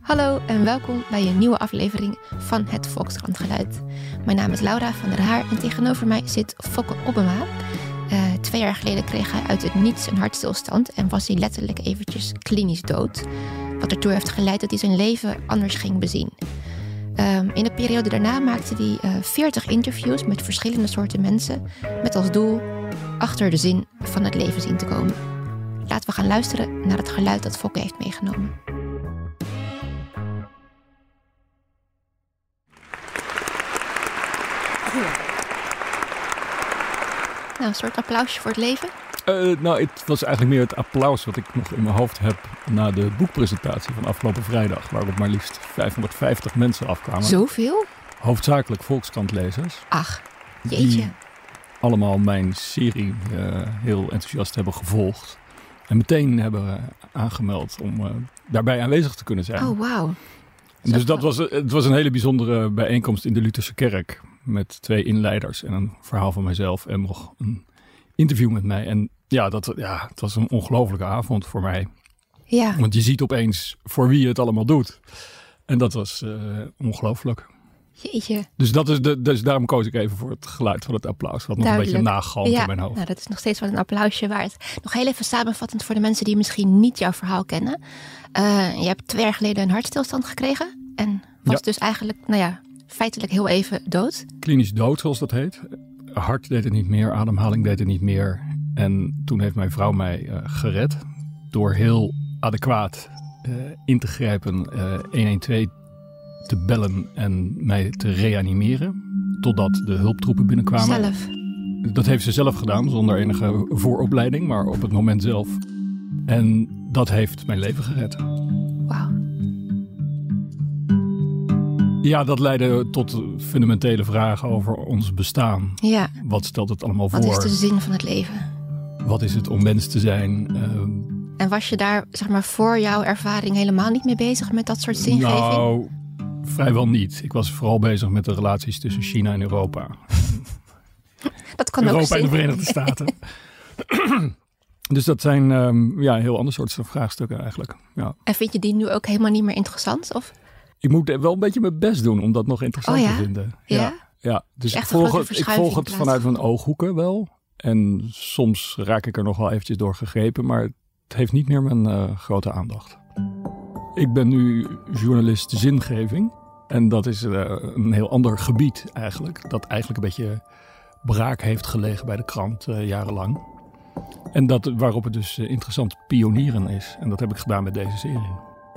Hallo en welkom bij een nieuwe aflevering van het Volkskrantgeluid. Mijn naam is Laura van der Haar en tegenover mij zit Fokke Obbema. 2 jaar geleden kreeg hij uit het niets een hartstilstand en was hij letterlijk eventjes klinisch dood. Wat ertoe heeft geleid dat hij zijn leven anders ging bezien. In de periode daarna maakte hij 40 interviews met verschillende soorten mensen met als doel achter de zin van het leven zien te komen. Laten we gaan luisteren naar het geluid dat Fokke heeft meegenomen. Nou, een soort applausje voor het leven? Het was eigenlijk meer het applaus wat ik nog in mijn hoofd heb na de boekpresentatie van afgelopen vrijdag. Waarop maar liefst 550 mensen afkwamen. Zoveel? Hoofdzakelijk Volkskrant-lezers. Ach, jeetje. Die allemaal mijn serie heel enthousiast hebben gevolgd. En meteen hebben aangemeld om daarbij aanwezig te kunnen zijn. Oh, wauw. Dus het was een hele bijzondere bijeenkomst in de Lutherse kerk. Met 2 inleiders en een verhaal van mijzelf en nog een interview met mij. En het was een ongelofelijke avond voor mij. Ja. Want je ziet opeens voor wie je het allemaal doet. En dat was ongelooflijk. Jeetje. Dus daarom koos ik even voor het geluid van het applaus. Wat nog een beetje nagalmt in mijn hoofd. Nou, dat is nog steeds wel een applausje waard. Nog heel even samenvattend voor de mensen die misschien niet jouw verhaal kennen. Je hebt 2 jaar geleden een hartstilstand gekregen. En was dus eigenlijk, feitelijk heel even dood. Klinisch dood, zoals dat heet. Hart deed het niet meer, ademhaling deed het niet meer. En toen heeft mijn vrouw mij gered. Door heel adequaat in te grijpen, 112 te bellen en mij te reanimeren. Totdat de hulptroepen binnenkwamen. Zelf? Dat heeft ze zelf gedaan, zonder enige vooropleiding, maar op het moment zelf. En dat heeft mijn leven gered. Wauw. Ja, dat leidde tot fundamentele vragen over ons bestaan. Ja. Wat stelt het allemaal voor? Wat is de zin van het leven? Wat is het om mens te zijn? En was je daar, voor jouw ervaring helemaal niet mee bezig met dat soort zingeving? Nou, vrijwel niet. Ik was vooral bezig met de relaties tussen China en Europa. Dat kan Europa ook en de Verenigde Staten. Dus dat zijn heel ander soort vraagstukken eigenlijk. Ja. En vind je die nu ook helemaal niet meer interessant? Of? Ik moet wel een beetje mijn best doen om dat nog interessant te vinden. Ja. Dus ik volg het vanuit mijn ooghoeken wel. En soms raak ik er nog wel eventjes door gegrepen. Maar het heeft niet meer mijn grote aandacht. Ik ben nu journalist zingeving. En dat is een heel ander gebied eigenlijk. Dat eigenlijk een beetje braak heeft gelegen bij de krant jarenlang. En waarop het dus interessant pionieren is. En dat heb ik gedaan met deze serie.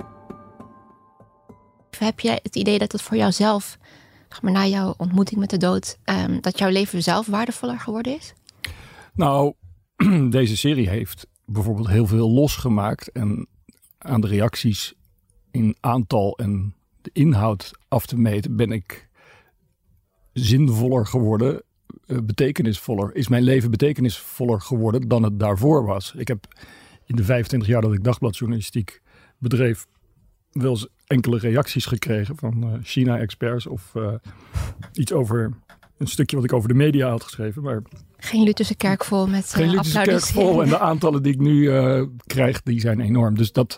Heb jij het idee dat het voor jouzelf, na jouw ontmoeting met de dood, dat jouw leven zelf waardevoller geworden is? Nou, deze serie heeft bijvoorbeeld heel veel losgemaakt. En aan de reacties in aantal en de inhoud af te meten, ben ik zinvoller geworden, betekenisvoller. Is mijn leven betekenisvoller geworden dan het daarvoor was. Ik heb in de 25 jaar dat ik dagbladjournalistiek bedreef wel eens enkele reacties gekregen van China-experts of iets over een stukje wat ik over de media had geschreven. Maar geen Lutherse kerk vol met geen Lutherse kerk vol en de aantallen die ik nu krijg, die zijn enorm. Dus dat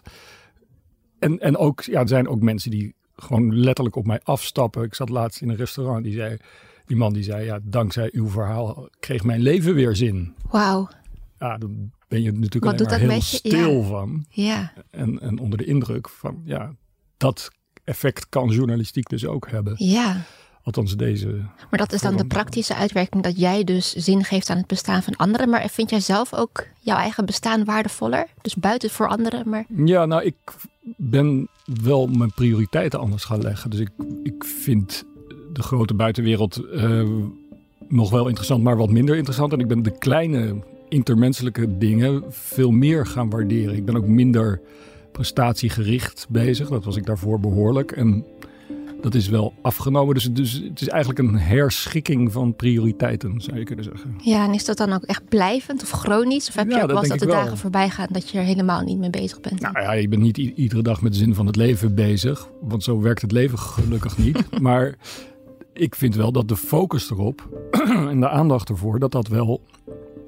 en ook, er zijn ook mensen die gewoon letterlijk op mij afstappen. Ik zat laatst in een restaurant, die man die zei, dankzij uw verhaal kreeg mijn leven weer zin. Wauw. Ja, dan ben je natuurlijk alleen maar heel stil van. Ja. En onder de indruk van, dat effect kan journalistiek dus ook hebben. Ja. Althans deze. Maar dat is dan de praktische uitwerking dat jij dus zin geeft aan het bestaan van anderen. Maar vind jij zelf ook jouw eigen bestaan waardevoller? Dus buiten voor anderen, maar... Ja, nou, ik ben wel mijn prioriteiten anders gaan leggen. Dus ik vind de grote buitenwereld nog wel interessant, maar wat minder interessant. En ik ben de kleine intermenselijke dingen veel meer gaan waarderen. Ik ben ook minder prestatiegericht bezig. Dat was ik daarvoor behoorlijk. En dat is wel afgenomen. Dus het is eigenlijk een herschikking van prioriteiten, zou je kunnen zeggen. Ja, en is dat dan ook echt blijvend of chronisch? Of heb je ook wel eens dat de dagen voorbij gaan dat je er helemaal niet mee bezig bent? Nou ja, je bent niet iedere dag met de zin van het leven bezig. Want zo werkt het leven gelukkig niet. Maar ik vind wel dat de focus erop en de aandacht ervoor, dat wel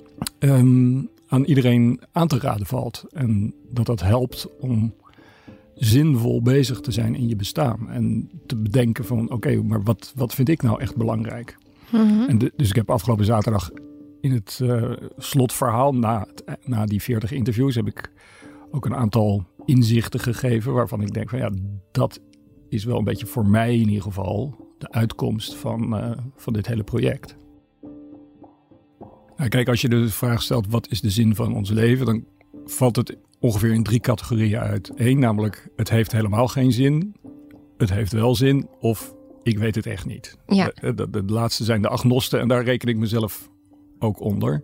aan iedereen aan te raden valt. En dat helpt om zinvol bezig te zijn in je bestaan. En te bedenken van oké, maar wat vind ik nou echt belangrijk? Mm-hmm. En dus ik heb afgelopen zaterdag in het slotverhaal, na die 40 interviews, heb ik ook een aantal inzichten gegeven waarvan ik denk van ja, dat is wel een beetje voor mij in ieder geval de uitkomst van dit hele project. Nou, kijk, als je de vraag stelt wat is de zin van ons leven, dan valt het ongeveer in 3 categorieën uit. 1, namelijk het heeft helemaal geen zin, het heeft wel zin of ik weet het echt niet. Ja. De laatste zijn de agnosten en daar reken ik mezelf ook onder.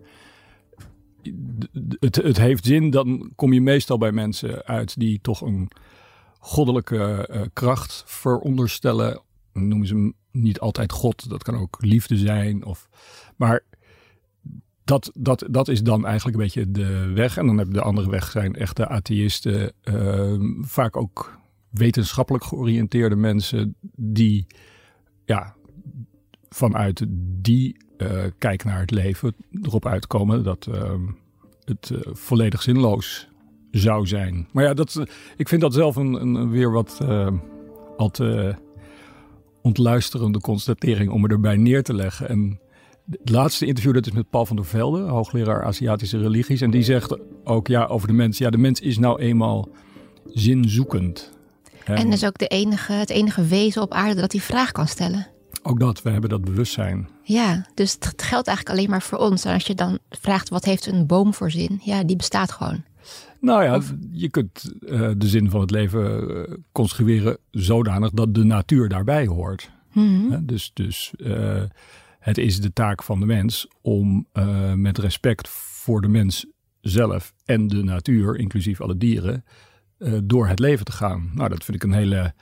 Het heeft zin, dan kom je meestal bij mensen uit die toch een goddelijke kracht veronderstellen. Dan noemen ze hem niet altijd God, dat kan ook liefde zijn. Maar dat is dan eigenlijk een beetje de weg. En dan heb je de andere weg zijn echte atheïsten. Vaak ook wetenschappelijk georiënteerde mensen die vanuit die kijk naar het leven erop uitkomen dat het volledig zinloos zou zijn. Maar ja, ik vind dat zelf een weer wat al te ontluisterende constatering om me erbij neer te leggen. En het laatste interview, dat is met Paul van der Velde, hoogleraar Aziatische religies. En die zegt ook over de mens, de mens is nou eenmaal zinzoekend. En dus ook het enige wezen op aarde dat die vraag kan stellen. Ook dat, we hebben dat bewustzijn. Ja, dus het geldt eigenlijk alleen maar voor ons. En als je dan vraagt, wat heeft een boom voor zin? Ja, die bestaat gewoon. Nou ja, je kunt de zin van het leven construeren zodanig dat de natuur daarbij hoort. Mm-hmm. Dus het is de taak van de mens om met respect voor de mens zelf en de natuur, inclusief alle dieren, door het leven te gaan. Nou, dat vind ik een hele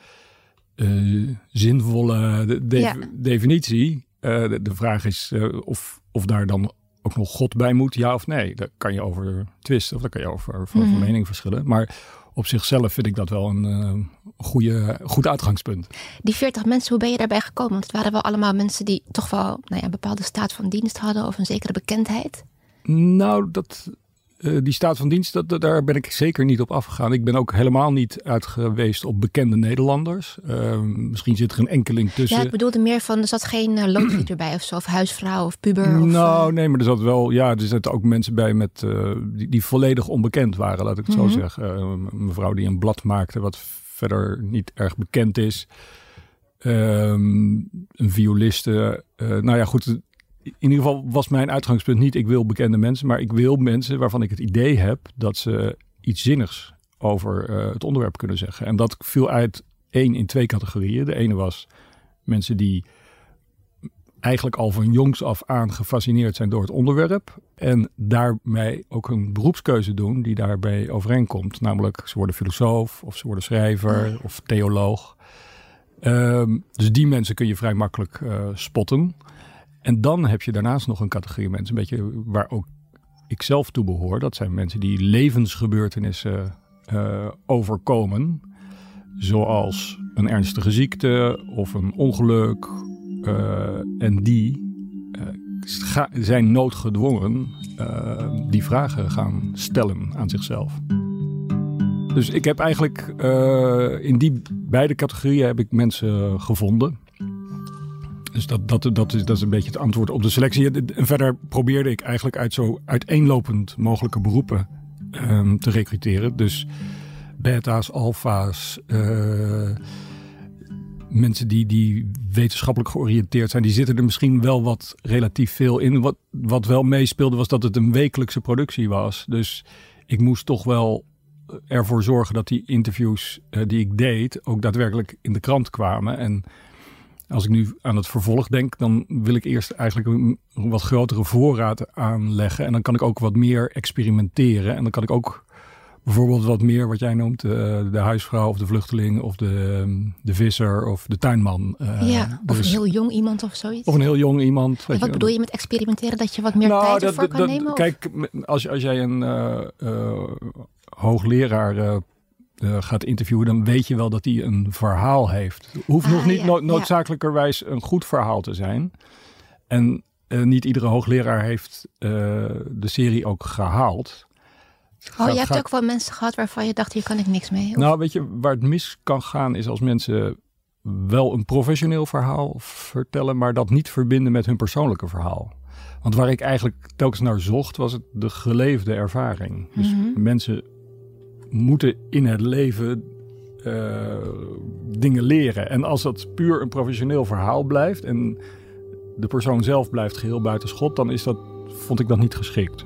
zinvolle definitie. De vraag is of daar dan ook nog God bij moet, ja of nee. Daar kan je over twisten of daar kan je over van mening verschillen. Maar op zichzelf vind ik dat wel een goed uitgangspunt. Die 40 mensen, hoe ben je daarbij gekomen? Want het waren wel allemaal mensen die toch wel een bepaalde staat van dienst hadden of een zekere bekendheid. Nou, die staat van dienst, daar ben ik zeker niet op afgegaan. Ik ben ook helemaal niet uit geweest op bekende Nederlanders. Misschien zit er een enkeling tussen. Ja, ik bedoelde meer van, er zat geen loodgieter bij of zo, of huisvrouw of puber. Nee, maar er zat wel, er zaten ook mensen bij die volledig onbekend waren, laat ik het zo zeggen. Een mevrouw die een blad maakte, wat verder niet erg bekend is. Een violiste. Goed. In ieder geval was mijn uitgangspunt niet ik wil bekende mensen, maar ik wil mensen waarvan ik het idee heb dat ze iets zinnigs over het onderwerp kunnen zeggen. En dat viel uit in 2 categorieën. De ene was mensen die eigenlijk al van jongs af aan gefascineerd zijn door het onderwerp en daarmee ook een beroepskeuze doen die daarbij overeenkomt. Namelijk ze worden filosoof of ze worden schrijver of theoloog. Dus die mensen kun je vrij makkelijk spotten. En dan heb je daarnaast nog een categorie mensen, een beetje waar ook ik zelf toe behoor. Dat zijn mensen die levensgebeurtenissen overkomen. Zoals een ernstige ziekte of een ongeluk. En die zijn noodgedwongen die vragen gaan stellen aan zichzelf. Dus ik heb eigenlijk in die beide categorieën heb ik mensen gevonden. Dus dat is een beetje het antwoord op de selectie. En verder probeerde ik eigenlijk uit zo uiteenlopend mogelijke beroepen te recruteren. Dus beta's, alfa's, mensen die wetenschappelijk georiënteerd zijn, die zitten er misschien wel wat relatief veel in. Wat wel meespeelde was dat het een wekelijkse productie was. Dus ik moest toch wel ervoor zorgen dat die interviews die ik deed ook daadwerkelijk in de krant kwamen. En als ik nu aan het vervolg denk, dan wil ik eerst eigenlijk een wat grotere voorraad aanleggen. En dan kan ik ook wat meer experimenteren. En dan kan ik ook bijvoorbeeld wat meer, wat jij noemt, de huisvrouw of de vluchteling of de visser of de tuinman. Of een heel jong iemand of zoiets. Of een heel jong iemand. En wat bedoel je met experimenteren? Dat je wat meer tijd ervoor kan nemen? Kijk, als jij een hoogleraar gaat interviewen, dan weet je wel dat hij een verhaal heeft. Hoeft nog niet noodzakelijkerwijs een goed verhaal te zijn. En niet iedere hoogleraar heeft de serie ook gehaald. Je hebt ook wel mensen gehad waarvan je dacht, hier kan ik niks mee. Of? Nou, weet je, waar het mis kan gaan is als mensen wel een professioneel verhaal vertellen, maar dat niet verbinden met hun persoonlijke verhaal. Want waar ik eigenlijk telkens naar zocht, was het de geleefde ervaring. Dus mensen moeten in het leven dingen leren. En als dat puur een professioneel verhaal blijft en de persoon zelf blijft geheel buiten schot, dan vond ik dat niet geschikt.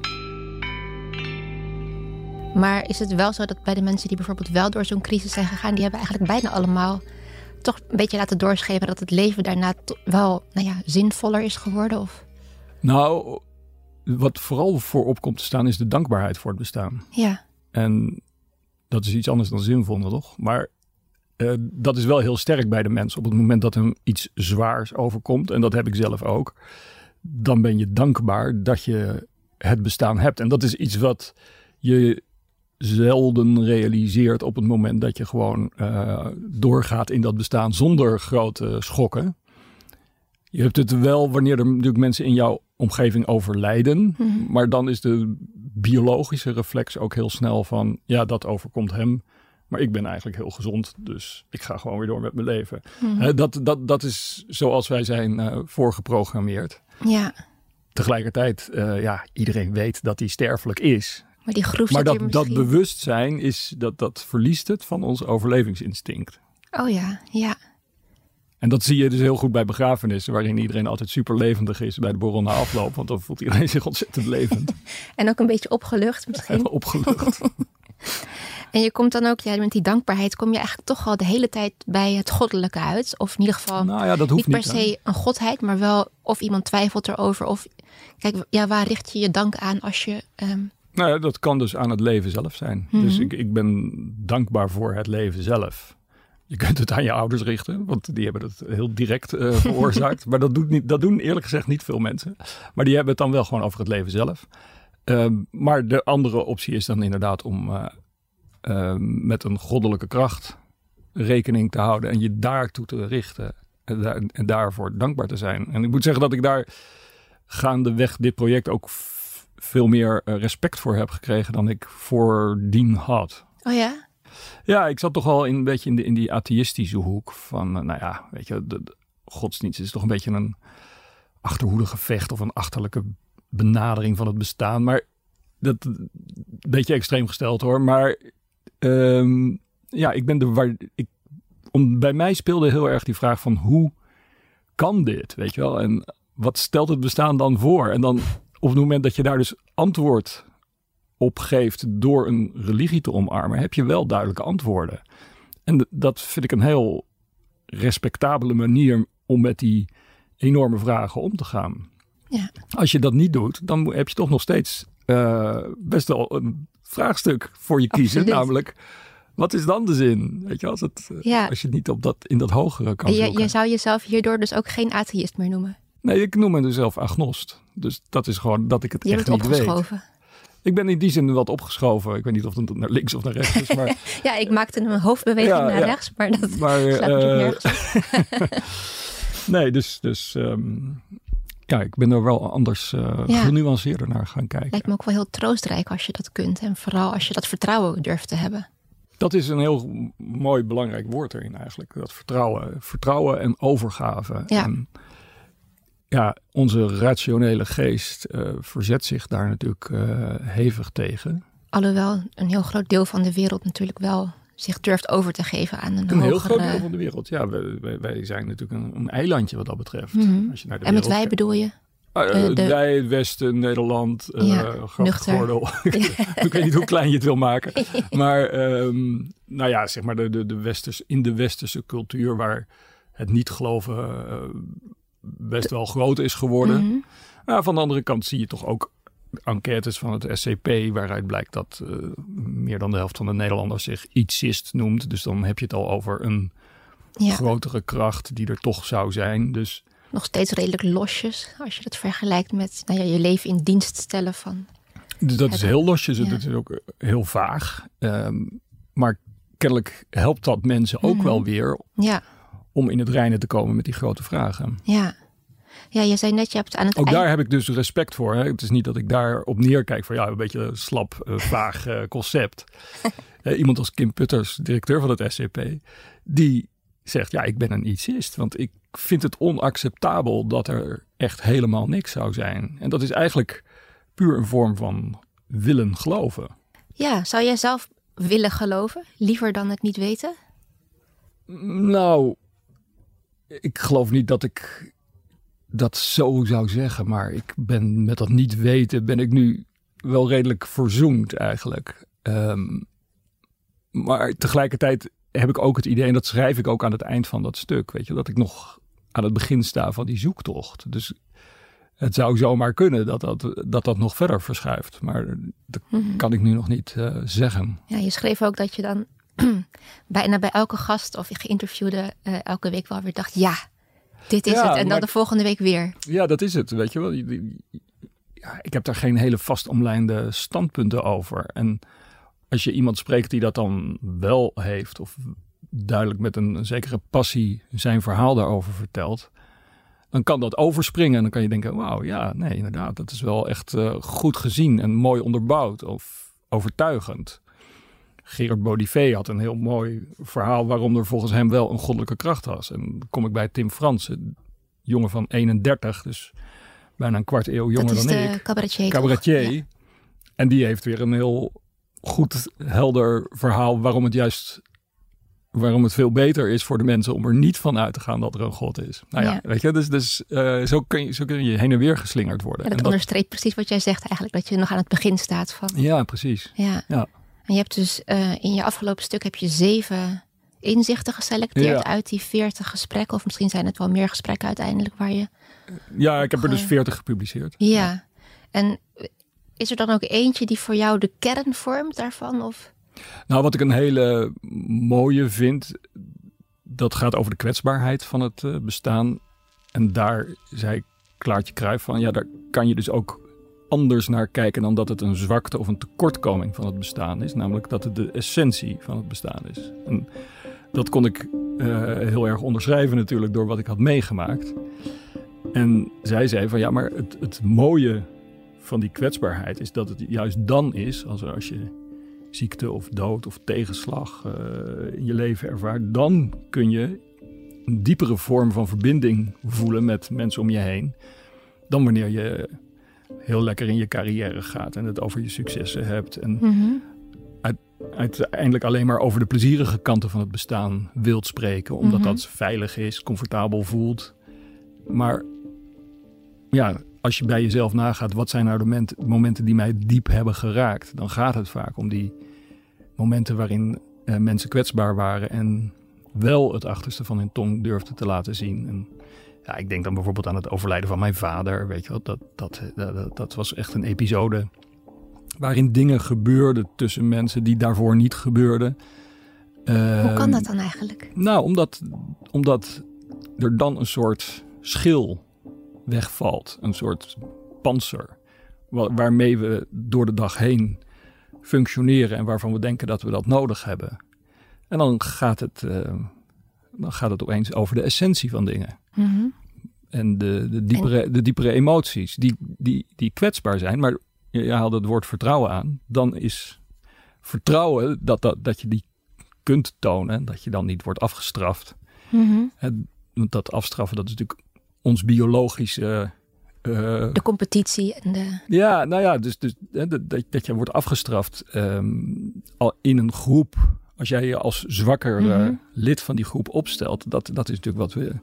Maar is het wel zo dat bij de mensen die bijvoorbeeld wel door zo'n crisis zijn gegaan, die hebben eigenlijk bijna allemaal toch een beetje laten doorschepen dat het leven daarna wel zinvoller is geworden? Of? Nou, wat vooral voorop komt te staan is de dankbaarheid voor het bestaan. Ja. En dat is iets anders dan zinvol, toch? Maar dat is wel heel sterk bij de mensen. Op het moment dat hem iets zwaars overkomt, en dat heb ik zelf ook, dan ben je dankbaar dat je het bestaan hebt. En dat is iets wat je zelden realiseert op het moment dat je gewoon doorgaat in dat bestaan zonder grote schokken. Je hebt het wel wanneer er natuurlijk mensen in jouw omgeving overlijden. Maar dan is de biologische reflex ook heel snel van, ja, dat overkomt hem. Maar ik ben eigenlijk heel gezond, dus ik ga gewoon weer door met mijn leven. Dat is zoals wij zijn voorgeprogrammeerd. Ja. Tegelijkertijd, iedereen weet dat hij sterfelijk is. Maar die groef maar zit dat bewustzijn dat verliest het van ons overlevingsinstinct. Oh ja, ja. En dat zie je dus heel goed bij begrafenissen, waarin iedereen altijd super levendig is bij de borrel na afloop. Want dan voelt iedereen zich ontzettend levend. En ook een beetje opgelucht misschien. Opgelucht. En je komt dan ook, met die dankbaarheid kom je eigenlijk toch al de hele tijd bij het goddelijke uit. Of in ieder geval dat hoeft niet per se een godheid, maar wel of iemand twijfelt erover. Of kijk, waar richt je je dank aan als je... Nou ja, dat kan dus aan het leven zelf zijn. Dus ik ben dankbaar voor het leven zelf. Je kunt het aan je ouders richten, want die hebben het heel direct veroorzaakt. Maar dat doen eerlijk gezegd niet veel mensen. Maar die hebben het dan wel gewoon over het leven zelf. Maar de andere optie is dan inderdaad om met een goddelijke kracht rekening te houden en je daartoe te richten en daarvoor dankbaar te zijn. En ik moet zeggen dat ik daar gaandeweg dit project ook veel meer respect voor heb gekregen dan ik voordien had. Oh ja? Ja, ik zat toch wel een beetje in die atheïstische hoek van, weet je, de godsdienst is toch een beetje een achterhoedegevecht of een achterlijke benadering van het bestaan. Maar dat een beetje extreem gesteld hoor. Maar bij mij speelde heel erg die vraag van hoe kan dit, weet je wel? En wat stelt het bestaan dan voor? En dan op het moment dat je daar dus antwoord op geeft door een religie te omarmen, heb je wel duidelijke antwoorden. En dat vind ik een heel respectabele manier om met die enorme vragen om te gaan. Ja. Als je dat niet doet, dan heb je toch nog steeds best wel een vraagstuk voor je kiezen. Absoluut. Namelijk, wat is dan de zin? Weet je, als je niet in dat hogere kan zoeken. Je zou jezelf hierdoor dus ook geen atheïst meer noemen? Nee, ik noem mezelf agnost. Dus dat is gewoon dat ik het echt niet opgeschoven. weet. Ik ben in die zin wat opgeschoven. Ik weet niet of het naar links of naar rechts is. Maar ja, ik maakte een hoofdbeweging naar rechts, maar dat slaat natuurlijk nergens op. Nee, dus ik ben er wel anders genuanceerder naar gaan kijken. Lijkt me ook wel heel troostrijk als je dat kunt. En vooral als je dat vertrouwen durft te hebben. Dat is een heel mooi belangrijk woord erin eigenlijk. Dat vertrouwen. Vertrouwen en overgave. Ja. En onze rationele geest verzet zich daar natuurlijk hevig tegen. Alhoewel een heel groot deel van de wereld natuurlijk wel zich durft over te geven aan een heel groot deel van de wereld. Ja, wij zijn natuurlijk een eilandje wat dat betreft. Als je naar de en met wij bedoel je? Wij, het Westen, Nederland, Grachtgordel. Ik weet niet hoe klein je het wil maken. Maar zeg maar in de westerse cultuur waar het niet geloven best wel groot is geworden. Van de andere kant zie je toch ook enquêtes van het SCP waaruit blijkt dat meer dan de helft van de Nederlanders zich ietsist noemt. Dus dan heb je het al over een grotere kracht die er toch zou zijn. Dus nog steeds redelijk losjes als je dat vergelijkt met je leven in dienst stellen van. Dus dat is heel losjes. Dat is ook heel vaag. Maar kennelijk helpt dat mensen ook wel weer om in het reine te komen met die grote vragen. Ja. Ja, je zei net, je hebt aan het Ook daar heb ik dus respect voor. Hè? Het is niet dat ik daar op neerkijk van een beetje een slap, vaag concept. Iemand als Kim Putters, directeur van het SCP, die zegt, ik ben een ietsist. Want ik vind het onacceptabel dat er echt helemaal niks zou zijn. En dat is eigenlijk puur een vorm van willen geloven. Ja, zou jij zelf willen geloven? Liever dan het niet weten? Nou, ik geloof niet dat ik dat zo zou zeggen. Maar ik ben met dat niet weten, ben ik nu wel redelijk verzoend eigenlijk. Maar tegelijkertijd heb ik ook het idee, en dat schrijf ik ook aan het eind van dat stuk, weet je, dat ik nog aan het begin sta van die zoektocht. Dus het zou zomaar kunnen dat nog verder verschuift. Maar dat kan ik nu nog niet zeggen. Ja, je schreef ook dat je dan bijna bij elke gast of geïnterviewde elke week wel weer dacht, dit is het. En dan de volgende week weer. Ja, dat is het. Weet je wel. Ik heb daar geen hele vast omlijnde standpunten over. En als je iemand spreekt die dat dan wel heeft, of duidelijk met een zekere passie zijn verhaal daarover vertelt, dan kan dat overspringen. En dan kan je denken, wauw, inderdaad, dat is wel echt goed gezien en mooi onderbouwd of overtuigend. Gerard Baudivé had een heel mooi verhaal waarom er volgens hem wel een goddelijke kracht was. En dan kom ik bij Tim Frans, een jongen van 31, dus bijna een kwart eeuw jonger dan ik. Dat is de cabaretier. Ja. En die heeft weer een heel goed, helder verhaal waarom het veel beter is voor de mensen om er niet van uit te gaan dat er een God is. Weet je, dus zo kun je heen en weer geslingerd worden. Ja, dat onderstreept precies wat jij zegt eigenlijk, dat je nog aan het begin staat van. Ja, precies. Ja. En je hebt dus in je afgelopen stuk heb je 7 inzichten geselecteerd uit die 40 gesprekken. Of misschien zijn het wel meer gesprekken uiteindelijk waar je. Ja, ik heb er dus 40 gepubliceerd. Ja. En is er dan ook eentje die voor jou de kern vormt daarvan? Of? Nou, wat ik een hele mooie vind, dat gaat over de kwetsbaarheid van het bestaan. En daar zei Klaartje Cruijff van, daar kan je dus ook anders naar kijken dan dat het een zwakte of een tekortkoming van het bestaan is. Namelijk dat het de essentie van het bestaan is. En dat kon ik heel erg onderschrijven natuurlijk door wat ik had meegemaakt. En zij zei van maar het mooie van die kwetsbaarheid is dat het juist dan is, als je ziekte of dood of tegenslag in je leven ervaart, dan kun je een diepere vorm van verbinding voelen met mensen om je heen dan wanneer je heel lekker in je carrière gaat en het over je successen hebt en uiteindelijk alleen maar over de plezierige kanten van het bestaan wilt spreken, omdat dat veilig is, comfortabel voelt. Maar als je bij jezelf nagaat, wat zijn nou de momenten die mij diep hebben geraakt, dan gaat het vaak om die momenten waarin mensen kwetsbaar waren en wel het achterste van hun tong durfden te laten zien. En ik denk dan bijvoorbeeld aan het overlijden van mijn vader. Weet je wel, dat was echt een episode waarin dingen gebeurden tussen mensen die daarvoor niet gebeurden. Hoe kan dat dan eigenlijk? Nou, omdat er dan een soort schil wegvalt. Een soort pantser. Waarmee we door de dag heen functioneren en waarvan we denken dat we dat nodig hebben. En dan gaat het opeens over de essentie van dingen. Mm-hmm. En de diepere emoties die kwetsbaar zijn. Maar je haalde het woord vertrouwen aan. Dan is vertrouwen dat je die kunt tonen. Dat je dan niet wordt afgestraft. Mm-hmm. Want dat afstraffen, dat is natuurlijk ons biologische de competitie en de. Ja, nou ja, dus dat je wordt afgestraft al in een groep. Als jij je als zwakker lid van die groep opstelt, dat is natuurlijk wat we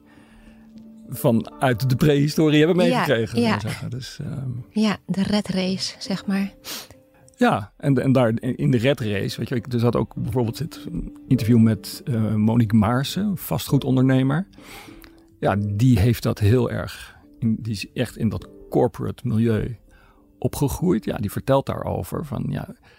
vanuit de prehistorie hebben meegekregen. Ja. Zeggen. Dus, de red race, zeg maar. Ja, en daar in de red race, weet je, er zat ook bijvoorbeeld een interview met Monique Maarsen, een vastgoedondernemer. Ja, die heeft dat heel erg. Die is echt in dat corporate milieu opgegroeid. Ja, die vertelt daarover van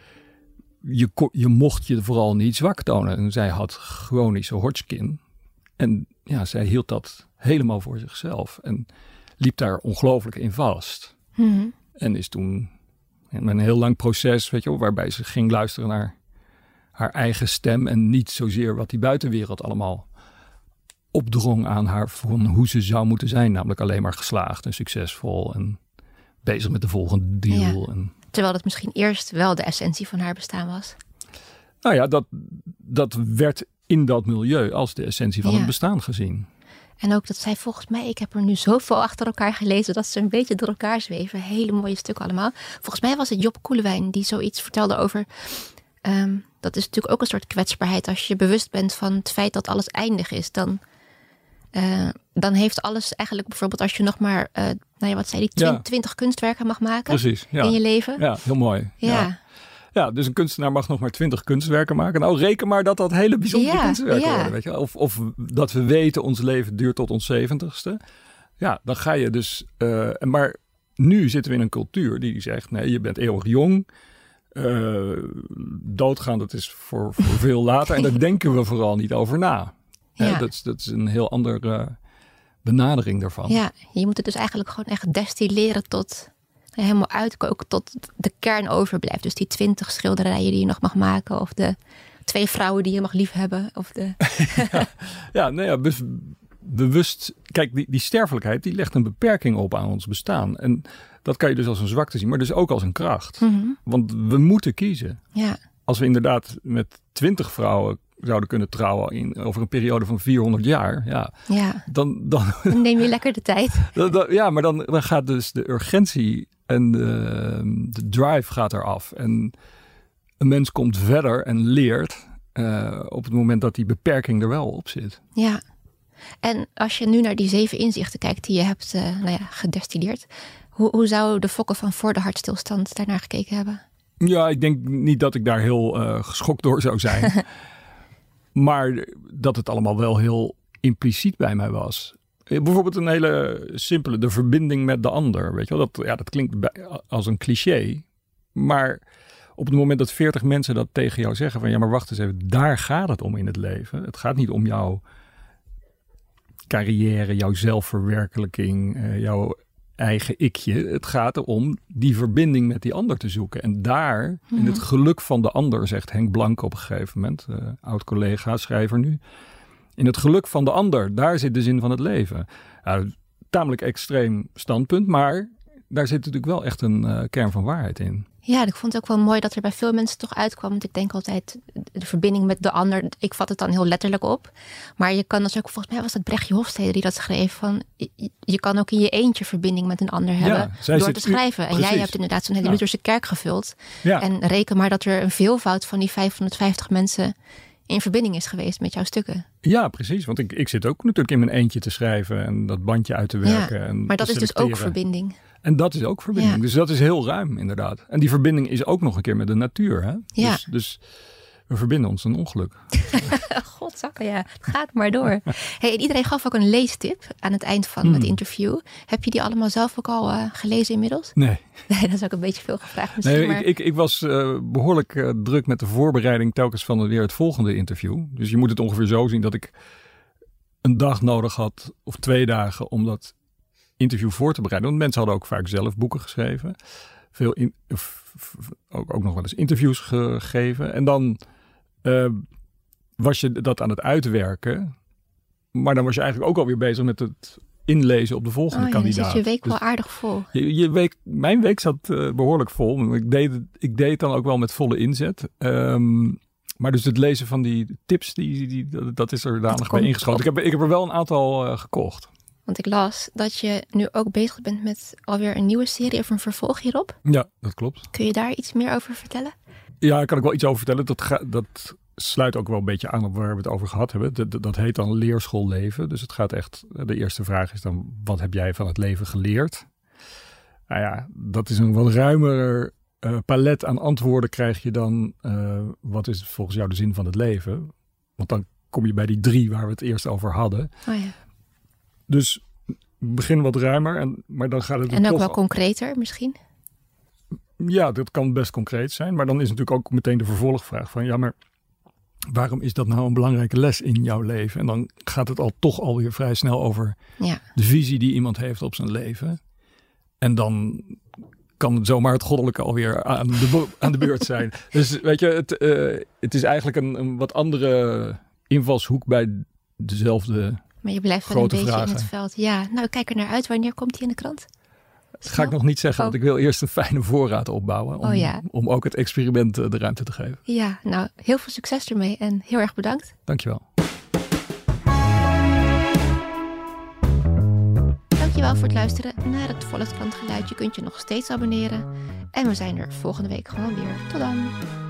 je mocht je vooral niet zwak tonen. En zij had chronische Hodgkin. En ja, zij hield dat helemaal voor zichzelf. En liep daar ongelooflijk in vast. Mm-hmm. En is toen met een heel lang proces, weet je wel, waarbij ze ging luisteren naar haar eigen stem. En niet zozeer wat die buitenwereld allemaal opdrong aan haar van hoe ze zou moeten zijn. Namelijk alleen maar geslaagd en succesvol en bezig met de volgende deal. Ja. En, terwijl het misschien eerst wel de essentie van haar bestaan was. nou ja, dat werd in dat milieu als de essentie van het bestaan gezien. En ook dat zij volgens mij, ik heb er nu zoveel achter elkaar gelezen, dat ze een beetje door elkaar zweven. Hele mooie stukken allemaal. Volgens mij was het Job Koelewijn die zoiets vertelde over, dat is natuurlijk ook een soort kwetsbaarheid. Als je bewust bent van het feit dat alles eindig is, dan heeft alles eigenlijk bijvoorbeeld als je nog maar, wat zei die, 20 kunstwerken mag maken. Precies, ja. In je leven. Ja, heel mooi. Ja. Ja, dus een kunstenaar mag nog maar 20 kunstwerken maken. Nou, reken maar dat hele bijzondere kunstwerken worden. Weet je? Of dat we weten ons leven duurt tot ons 70ste. Ja, dan ga je dus... maar nu zitten we in een cultuur die zegt, nee, je bent eeuwig jong. Doodgaan, dat is voor veel later. En daar denken we vooral niet over na. Ja. Dat is een heel andere benadering daarvan. Ja, je moet het dus eigenlijk gewoon echt destilleren tot... helemaal uitkoken tot de kern overblijft. Dus die 20 schilderijen die je nog mag maken. Of de 2 vrouwen die je mag liefhebben. Of de... bewust. Kijk, die sterfelijkheid die legt een beperking op aan ons bestaan. En dat kan je dus als een zwakte zien. Maar dus ook als een kracht. Mm-hmm. Want we moeten kiezen. Ja. Als we inderdaad met 20 vrouwen zouden kunnen trouwen over een periode van 400 jaar. Ja. Dan neem je lekker de tijd. Maar dan gaat dus de urgentie en de drive gaat eraf. En een mens komt verder en leert op het moment dat die beperking er wel op zit. Ja. En als je nu naar die 7 inzichten kijkt die je hebt gedestilleerd. Hoe zou de Fokke van voor de hartstilstand daarnaar gekeken hebben? Ja, ik denk niet dat ik daar heel geschokt door zou zijn. Maar dat het allemaal wel heel impliciet bij mij was. Bijvoorbeeld een hele simpele, de verbinding met de ander. Weet je wel? Dat klinkt als een cliché. Maar op het moment dat 40 mensen dat tegen jou zeggen van ja, maar wacht eens even, daar gaat het om in het leven. Het gaat niet om jouw carrière, jouw zelfverwerkelijking, jouw eigen ikje. Het gaat erom die verbinding met die ander te zoeken. En daar, in het geluk van de ander, zegt Henk Blank op een gegeven moment, oud-collega, schrijver nu. In het geluk van de ander, daar zit de zin van het leven. Tamelijk extreem standpunt, maar daar zit natuurlijk wel echt een kern van waarheid in. Ja, ik vond het ook wel mooi dat er bij veel mensen toch uitkwam. Want ik denk altijd, de verbinding met de ander, ik vat het dan heel letterlijk op. Maar je kan dus ook, volgens mij was dat Brechtje Hofstede die dat schreef, van je kan ook in je eentje verbinding met een ander hebben door te schrijven. En jij hebt inderdaad zo'n hele Lutherse kerk gevuld. Ja. En reken maar dat er een veelvoud van die 550 mensen in verbinding is geweest met jouw stukken. Ja, precies. Want ik zit ook natuurlijk in mijn eentje te schrijven en dat bandje uit te werken. Ja, en maar dat is dus ook verbinding. En dat is ook verbinding. Ja. Dus dat is heel ruim, inderdaad. En die verbinding is ook nog een keer met de natuur. Hè? Ja. Dus we verbinden ons een ongeluk. Godzakken, ja. Het gaat maar door. Hey, en iedereen gaf ook een leestip aan het eind van het interview. Heb je die allemaal zelf ook al gelezen inmiddels? Nee. Nee, dat is ook een beetje veel gevraagd misschien. Nee, maar... ik was behoorlijk druk met de voorbereiding telkens van weer het volgende interview. Dus je moet het ongeveer zo zien dat ik een dag nodig had of 2 dagen om dat interview voor te bereiden. Want mensen hadden ook vaak zelf boeken geschreven. Ook nog wel eens interviews gegeven. En dan was je dat aan het uitwerken. Maar dan was je eigenlijk ook alweer bezig met het inlezen op de volgende kandidaat. Dan zit je week wel aardig vol. Mijn week zat behoorlijk vol. Ik deed dan ook wel met volle inzet. Maar dus het lezen van die tips, dat is er dadelijk bij ingeschoten. Ik heb er wel een aantal gekocht. Want ik las dat je nu ook bezig bent met alweer een nieuwe serie of een vervolg hierop. Ja, dat klopt. Kun je daar iets meer over vertellen? Ja, daar kan ik wel iets over vertellen. Dat sluit ook wel een beetje aan op waar we het over gehad hebben. Dat heet dan leerschoolleven. Dus het gaat echt, de eerste vraag is dan, wat heb jij van het leven geleerd? Nou ja, dat is een wat ruimer palet aan antwoorden krijg je dan. Wat is volgens jou de zin van het leven? Want dan kom je bij die 3 waar we het eerst over hadden. Oh ja. Dus begin wat ruimer, maar dan gaat het en ook toch wel concreter misschien? Ja, dat kan best concreet zijn. Maar dan is natuurlijk ook meteen de vervolgvraag van ja, maar waarom is dat nou een belangrijke les in jouw leven? En dan gaat het toch alweer vrij snel over de visie die iemand heeft op zijn leven. En dan kan het zomaar het goddelijke alweer aan de beurt zijn. Dus weet je, het is eigenlijk een wat andere invalshoek bij dezelfde Maar je blijft wel grote een beetje vragen. in het veld. Ja, nou, ik kijk er naar uit. Wanneer komt hij in de krant? Dat ga ik nog niet zeggen, want ik wil eerst een fijne voorraad opbouwen. Om ook het experiment de ruimte te geven. Ja, nou, heel veel succes ermee en heel erg bedankt. Dankjewel. Dankjewel voor het luisteren naar het Volkskrant Geluid. Je kunt je nog steeds abonneren. En we zijn er volgende week gewoon weer. Tot dan!